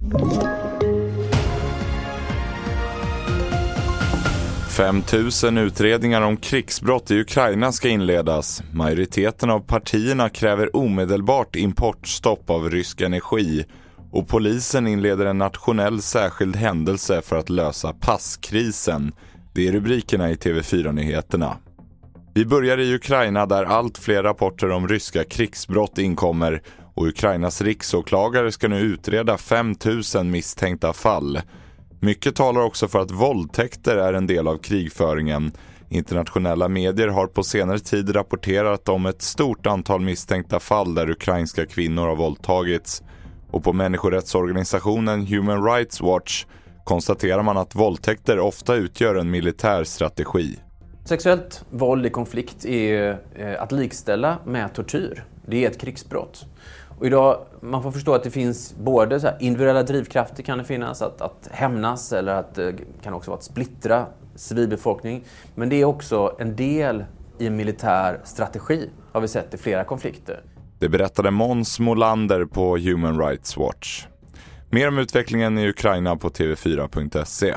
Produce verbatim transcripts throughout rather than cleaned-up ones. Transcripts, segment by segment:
fem tusen utredningar om krigsbrott i Ukraina ska inledas. Majoriteten av partierna kräver omedelbart importstopp av rysk energi. Och polisen inleder en nationell särskild händelse för att lösa passkrisen. Det är rubrikerna i T V fyra-nyheterna. Vi börjar i Ukraina där allt fler rapporter om ryska krigsbrott inkommer. Och Ukrainas riksåklagare ska nu utreda fem tusen misstänkta fall. Mycket talar också för att våldtäkter är en del av krigföringen. Internationella medier har på senare tid rapporterat om ett stort antal misstänkta fall där ukrainska kvinnor har våldtagits. Och på människorättsorganisationen Human Rights Watch konstaterar man att våldtäkter ofta utgör en militär strategi. Sexuellt våld i konflikt är att likställa med tortyr. Det är ett krigsbrott. Och idag, man får förstå att det finns både så här individuella drivkrafter kan det finnas, att, att hämnas eller att det kan också vara att splittra civilbefolkning. Men det är också en del i en militär strategi, har vi sett i flera konflikter. Det berättade Måns Molander på Human Rights Watch. Mer om utvecklingen i Ukraina på T V fyra punkt se.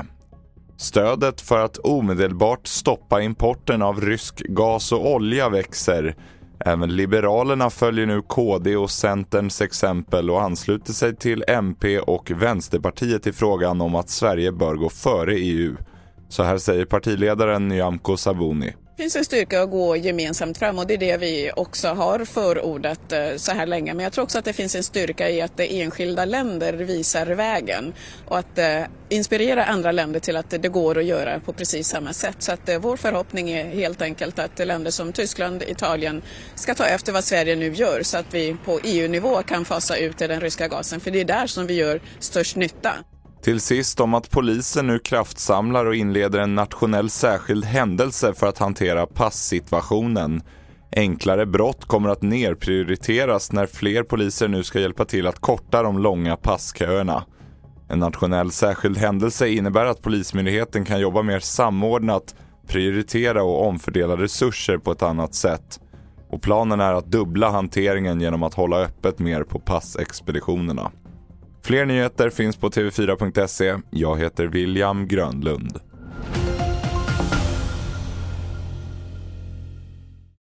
Stödet för att omedelbart stoppa importen av rysk gas och olja växer. Även Liberalerna följer nu K D och Centerns exempel och ansluter sig till M P och Vänsterpartiet i frågan om att Sverige bör gå före E U. Så här säger partiledaren Nyamko Sabuni. Det finns en styrka att gå gemensamt fram och det är det vi också har förordat så här länge. Men jag tror också att det finns en styrka i att enskilda länder visar vägen och att inspirera andra länder till att det går att göra på precis samma sätt. Så att vår förhoppning är helt enkelt att länder som Tyskland, Italien ska ta efter vad Sverige nu gör så att vi på E U-nivå kan fasa ut den ryska gasen. För det är där som vi gör störst nytta. Till sist om att polisen nu kraftsamlar och inleder en nationell särskild händelse för att hantera passsituationen. Enklare brott kommer att nerprioriteras när fler poliser nu ska hjälpa till att korta de långa passköerna. En nationell särskild händelse innebär att polismyndigheten kan jobba mer samordnat, prioritera och omfördela resurser på ett annat sätt. Och planen är att dubbla hanteringen genom att hålla öppet mer på passexpeditionerna. Fler nyheter finns på T V fyra punkt se. Jag heter William Grönlund.